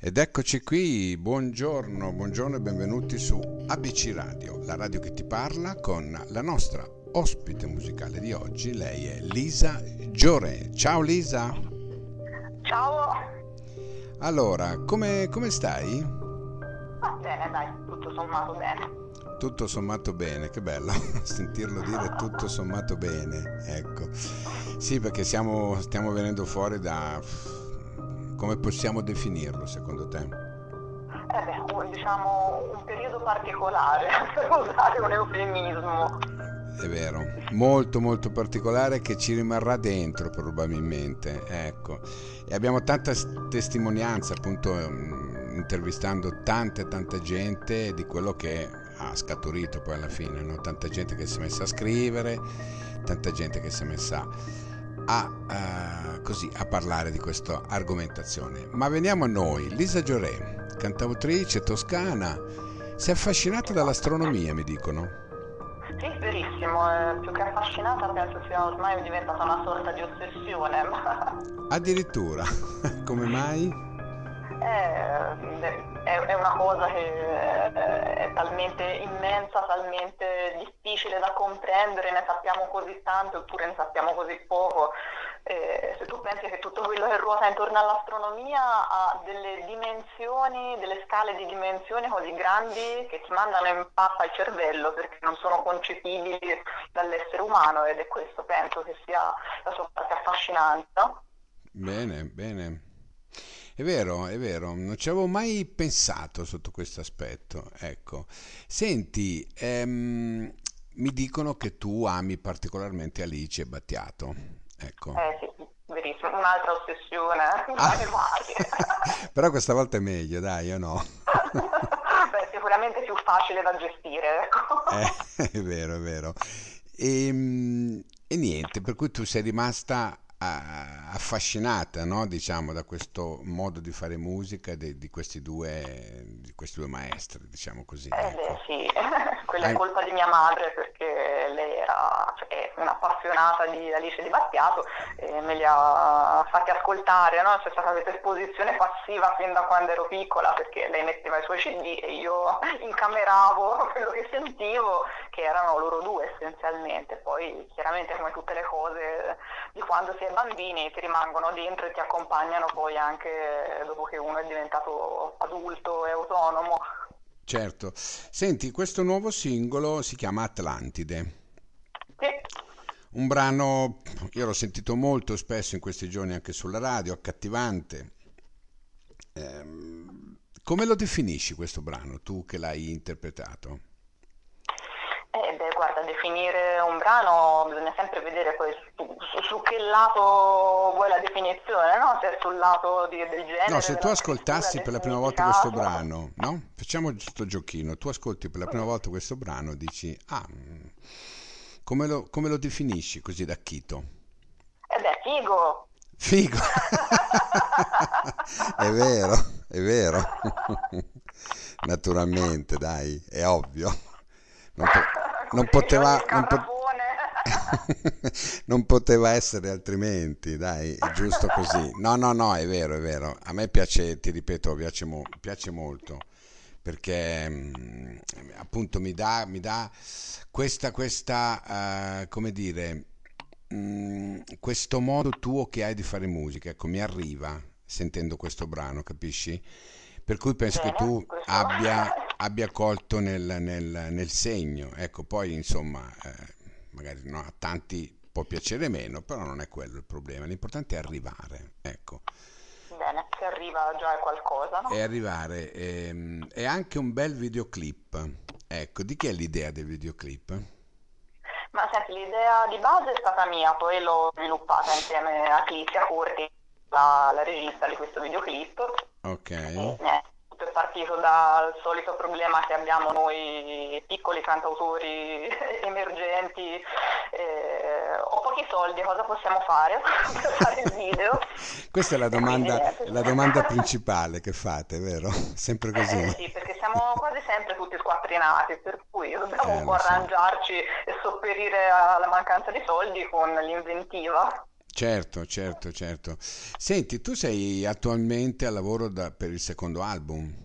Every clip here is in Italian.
Ed eccoci qui, buongiorno, buongiorno e benvenuti su ABC Radio, la radio che ti parla, con la nostra ospite musicale di oggi. Lei è Lisa Giorè. Ciao Lisa. Ciao. Allora, come stai? Bene, dai, tutto sommato bene. Tutto sommato bene, che bello sentirlo dire tutto sommato bene, ecco. Sì, perché stiamo venendo fuori da... come possiamo definirlo secondo te? Diciamo un periodo particolare, per usare un eufemismo. È vero, molto molto particolare che ci rimarrà dentro probabilmente, ecco. E abbiamo tanta testimonianza appunto intervistando tanta gente di quello che ha scaturito poi alla fine, no? Tanta gente che si è messa a scrivere, tanta gente che si è messa così a parlare di questa argomentazione. Ma veniamo a noi. Lisa Giorè, cantautrice toscana, si è affascinata dall'astronomia, mi dicono. Sì, verissimo, più che affascinata penso sia ormai diventata una sorta di ossessione, ma Addirittura, come mai? è una cosa che è talmente immensa, talmente difficile da comprendere, ne sappiamo così tanto eppure ne sappiamo così poco. Se tu pensi che tutto quello che ruota intorno all'astronomia ha delle dimensioni, delle scale di dimensioni così grandi che ti mandano in pappa il cervello perché non sono concepibili dall'essere umano, ed è questo penso che sia la sua parte affascinante, no? Bene, bene. È vero, non ci avevo mai pensato sotto questo aspetto. Ecco, senti, mi dicono che tu ami particolarmente Alice e Battiato. Ecco. Sì, verissimo, un'altra ossessione, Ah, dalle varie. però questa volta è meglio, dai, o no? Beh, sicuramente più facile da gestire, ecco. È vero, è vero. E niente, per cui tu sei rimasta affascinata, no? Diciamo, da questo modo di fare musica di questi due maestri, diciamo così, Beh, ecco. sì, quella è Hai- colpa di mia madre perché lei era, cioè, è un'appassionata di Alice Di Battiato e me li ha fatti ascoltare, no? C'è stata questa esposizione passiva fin da quando ero piccola perché lei metteva i suoi CD e io incameravo quello che sentivo, che erano loro due essenzialmente. Poi chiaramente come tutte le cose di quando si è bambini ti rimangono dentro e ti accompagnano poi anche dopo che uno è diventato adulto e autonomo. certo. Senti, questo nuovo singolo si chiama Atlantide. Sì. Un brano, io l'ho sentito molto spesso in questi giorni anche sulla radio, accattivante. Come lo definisci questo brano, tu che l'hai interpretato? Beh, guarda, definire un brano bisogna sempre vedere poi su che lato vuoi la definizione, no? Se è sul lato del No, genere, se tu della scrittura, ascoltassi del per la prima volta questo significato. brano, no? Facciamo questo giochino, tu ascolti per la prima volta questo brano e dici, come lo definisci così da chito? Beh, figo! Figo! È vero, è vero. Naturalmente, dai, è ovvio. Non, po- non Così ogni poteva, scarrafone. non poteva essere altrimenti, dai, è giusto così. No, no, no, è vero, è vero. A me piace, ti ripeto, piace molto perché appunto mi dà questa come dire, questo modo tuo che hai di fare musica, ecco, mi arriva sentendo questo brano, capisci? Per cui penso che Bene, tu questo. abbia colto nel segno, ecco, poi insomma, magari no, a tanti può piacere meno, però non è quello il problema, l'importante è arrivare, ecco, Bene, se arriva già è qualcosa, è no? arrivare, è anche un bel videoclip, ecco, di chi è l'idea del videoclip? Ma senti, l'idea di base è stata mia, poi l'ho sviluppata insieme a Clizia Corti, la regista di questo videoclip. Ok, E niente, tutto è partito dal solito problema che abbiamo noi piccoli cantautori emergenti. Ho pochi soldi, cosa possiamo fare per fare il video? questa E quindi è niente. la domanda principale che fate, vero? Sempre così, Sì, perché siamo quasi sempre tutti squattrinati, per cui dobbiamo un po' lo so. arrangiarci e sopperire alla mancanza di soldi con l'inventiva. certo, certo, certo. Senti, tu sei attualmente al lavoro per il secondo album?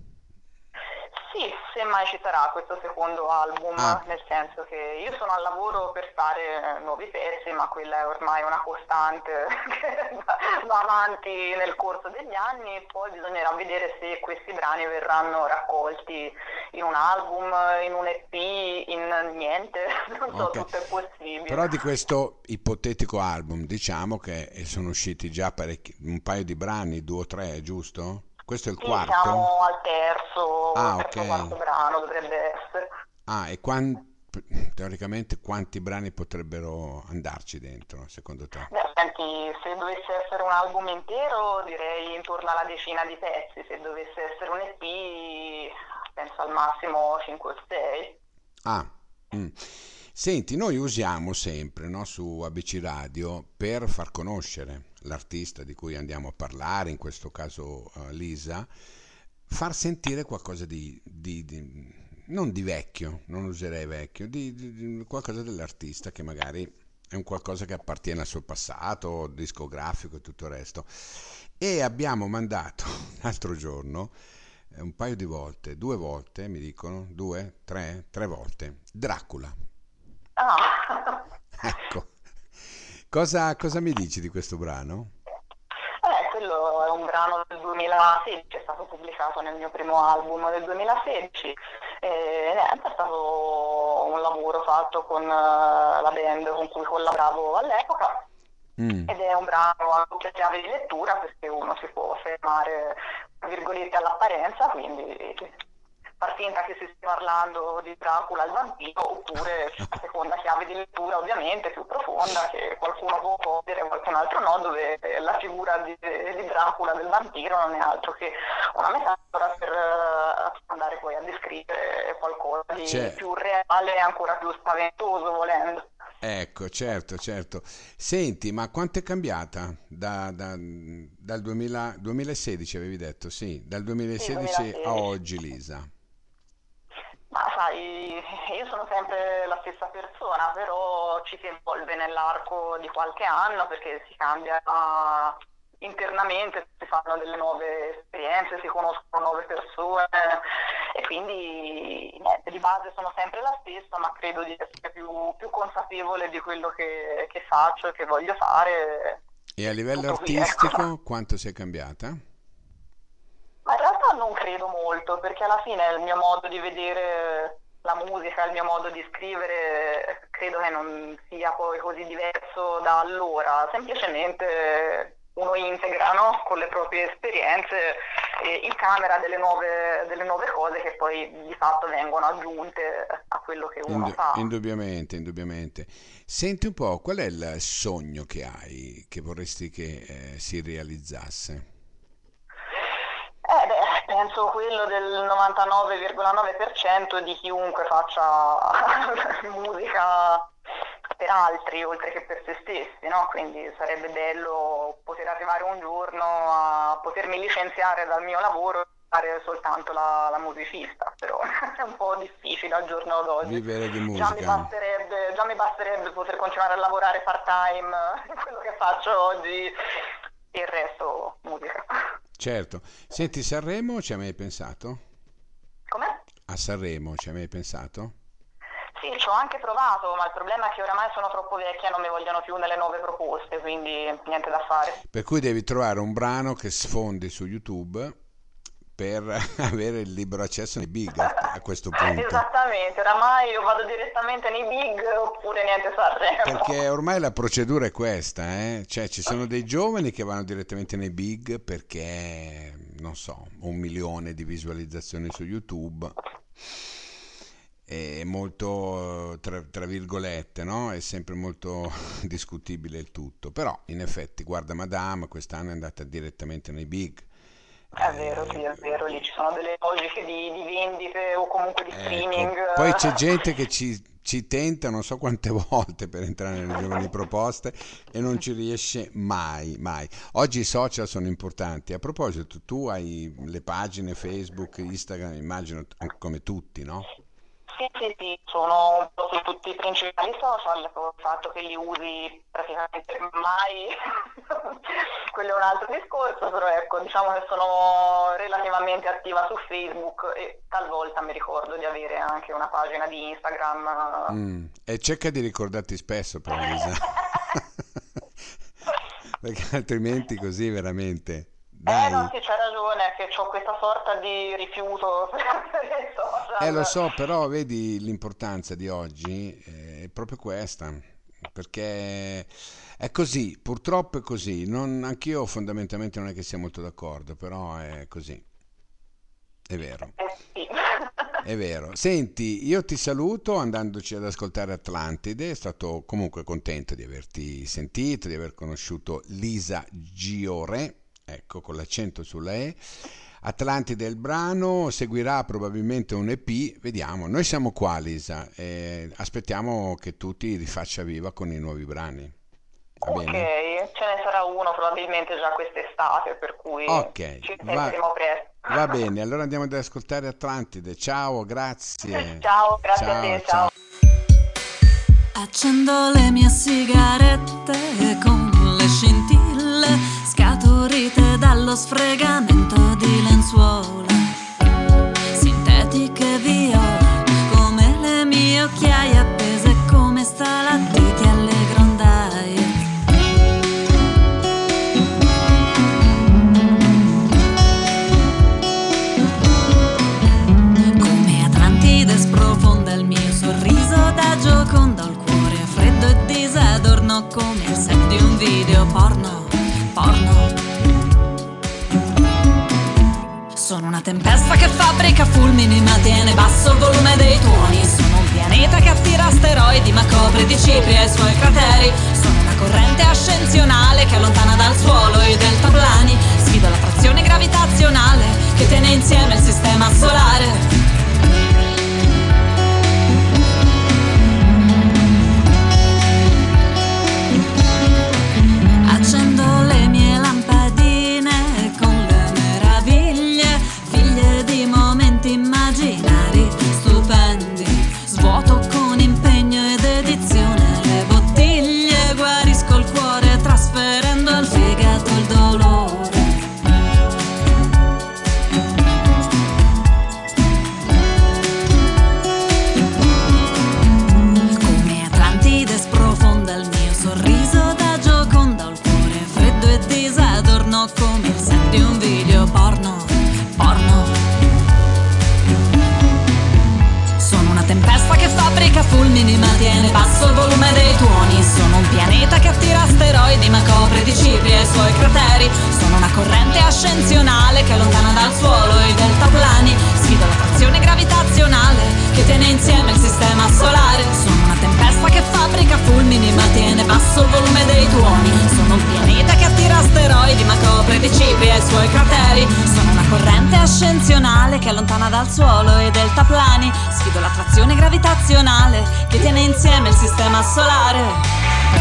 Sì, semmai ci sarà questo secondo album, Ah, nel senso che io sono al lavoro per fare nuovi pezzi, ma quella è ormai una costante che va avanti nel corso degli anni e poi bisognerà vedere se questi brani verranno raccolti in un album, in un EP, in niente, non so, ok. tutto è possibile. Però di questo ipotetico album, diciamo che sono usciti già un paio di brani, due o tre, giusto? Questo è il Sì, quarto? siamo al terzo, Ah, ok. terzo quarto brano dovrebbe essere. Ah, teoricamente quanti brani potrebbero andarci dentro, secondo te? Beh, senti, se dovesse essere un album intero direi intorno alla decina di pezzi, se dovesse essere un EP penso al massimo 5 o 6. Ah, mm. Senti, noi usiamo sempre, no, su ABC Radio per far conoscere l'artista di cui andiamo a parlare, in questo caso Lisa, far sentire qualcosa non di vecchio, non userei vecchio, di qualcosa dell'artista che magari è un qualcosa che appartiene al suo passato, discografico e tutto il resto. E abbiamo mandato l'altro giorno un paio di volte, due volte mi dicono, due, tre volte, Dracula. Ah, Ecco, cosa mi dici di questo brano? quello è un brano del 2016, è stato pubblicato nel mio primo album del 2016 e niente, è stato un lavoro fatto con la band con cui collaboravo all'epoca. Mm. Ed è un brano a doppia chiave di lettura perché uno si può fermare, tra virgolette, all'apparenza, quindi far finta che si stia parlando di Dracula il vampiro, oppure c'è la seconda chiave di lettura ovviamente più profonda che qualcuno può cogliere, qualcun altro no, dove la figura di Dracula del vampiro non è altro che una metafora per andare poi a descrivere qualcosa di C'è, più reale e ancora più spaventoso volendo. ecco, certo, certo. Senti, ma quanto è cambiata dal 2016, avevi detto? Sì, dal Sì, 2016 a 2016. oggi, Lisa. Ma sai, io sono sempre la stessa persona, però ci si evolve nell'arco di qualche anno perché si cambia internamente, si fanno delle nuove esperienze, si conoscono nuove persone e quindi niente, di base sono sempre la stessa, ma credo di essere più consapevole di quello che faccio e che voglio fare. E a livello Tutto qui, ecco. artistico, quanto sei cambiata? Ma in realtà non credo molto, perché alla fine il mio modo di vedere la musica, il mio modo di scrivere, credo che non sia poi così diverso da allora, semplicemente uno integra, no? Con le proprie esperienze e incamera delle nuove cose che poi di fatto vengono aggiunte a quello che uno fa. Indubbiamente, indubbiamente. Senti un po', qual è il sogno che hai, che vorresti che si realizzasse? Penso quello del 99,9% di chiunque faccia musica per altri oltre che per se stessi, no? Quindi sarebbe bello poter arrivare un giorno a potermi licenziare dal mio lavoro e fare soltanto la musicista, però è un po' difficile al giorno d'oggi. Vivere di musica. Già mi basterebbe poter continuare a lavorare part-time, quello che faccio oggi, e il resto musica. Certo. Senti, Sanremo ci hai mai pensato? Com'è? A Sanremo ci hai mai pensato? Sì, ci ho anche provato, ma il problema è che oramai sono troppo vecchia e non mi vogliono più nelle nuove proposte, quindi niente da fare. Per cui devi trovare un brano che sfondi su YouTube per avere il libero accesso nei big a questo punto. Esattamente, oramai io vado direttamente nei big oppure niente Perché Sanremo. ormai la procedura è questa, eh? Cioè ci sono dei giovani che vanno direttamente nei big perché, non so, 1 milione di visualizzazioni su YouTube è molto, tra virgolette, no? È sempre molto discutibile il tutto. Però, in effetti, guarda Madame, quest'anno è andata direttamente nei big. È vero, sì, Eh, è vero, lì ci sono delle logiche di vendite o comunque di streaming. ecco, poi c'è gente che ci tenta non so quante volte per entrare nelle giovani proposte e non ci riesce mai, mai. Oggi i social sono importanti. A proposito, tu hai le pagine Facebook, Instagram, immagino come tutti, no? sì, sì, sì, sono un po' su tutti i principali social, con il fatto che li usi praticamente mai, quello è un altro discorso, però ecco, diciamo che sono relativamente attiva su Facebook e talvolta mi ricordo di avere anche una pagina di Instagram. E cerca di ricordarti spesso però, Lisa. Perché altrimenti così veramente. No, Dai. sì, c'è ragione, che ho questa sorta di rifiuto per i Lo social. so, però vedi l'importanza di oggi è proprio questa, perché è così, purtroppo è così. Anch'io fondamentalmente non è che sia molto d'accordo, però è così, è vero. Sì. È vero. Senti, io ti saluto andandoci ad ascoltare Atlantide. È stato comunque contento di averti sentito, di aver conosciuto Lisa Giore, ecco, con l'accento sulla E. Atlantide è il brano, seguirà probabilmente un EP, vediamo. Noi siamo qua, Lisa, e aspettiamo che tu ti rifaccia viva con i nuovi brani. Va Ok, bene? ce ne sarà uno probabilmente già quest'estate, per cui Ok, ci sentiremo presto. va bene. Allora andiamo ad ascoltare Atlantide. Ciao, grazie. Ciao, grazie a Ciao, te, ciao. ciao. Accendo le mie sigarette con le scintille scaturite dallo sfregamento di lenzuola sintetiche viola, come le mie occhiaie appese come stalattiti alle grondaie. Come Atlantide sprofonda il mio sorriso da Gioconda, il cuore freddo e disadorno come il set di un video porno, porno. Sono una tempesta che fabbrica fulmini ma tiene basso il volume dei tuoni. Sono un pianeta che attira asteroidi ma copre di cipria i suoi crateri. Sono una corrente ascensionale che allontana dal suolo i deltaplani. Sfido l'attrazione gravitazionale che tiene insieme il sistema solare. Accendo le mie lampadine con le meraviglie, figlie di momenti immaginari stupendi. Svuoto con impegno ed edizione le bottiglie, guarisco il cuore trasferendo al fegato il dolore. Come Atlantide sprofonda il mio sorriso da Gioconda, il cuore freddo e disadorno come il set di un video porno, porno. Sono una tempesta che fabbrica fulmini ma tiene basso il volume dei tuoni. Sono un pianeta che attira asteroidi ma copre di cipria i suoi crateri. Sono una corrente ascensionale che allontana dal suolo i deltaplani. Sfido l'attrazione gravitazionale che tiene insieme il sistema solare. Sono una tempesta che fabbrica fulmini ma tiene basso il volume dei tuoni. Sono un pianeta che attira asteroidi ma copre di cipria i suoi crateri. Sono una corrente ascensionale che allontana dal suolo i deltaplani. Sfido l'attrazione gravitazionale che tiene insieme il sistema solare.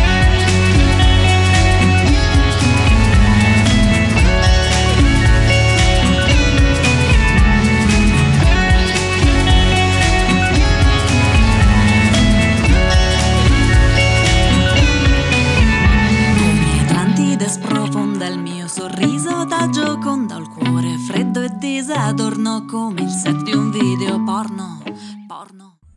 Come Atlantide sprofonda il mio sorriso da Gioconda, il cuore freddo e disadorno come il set di un video porno, porno.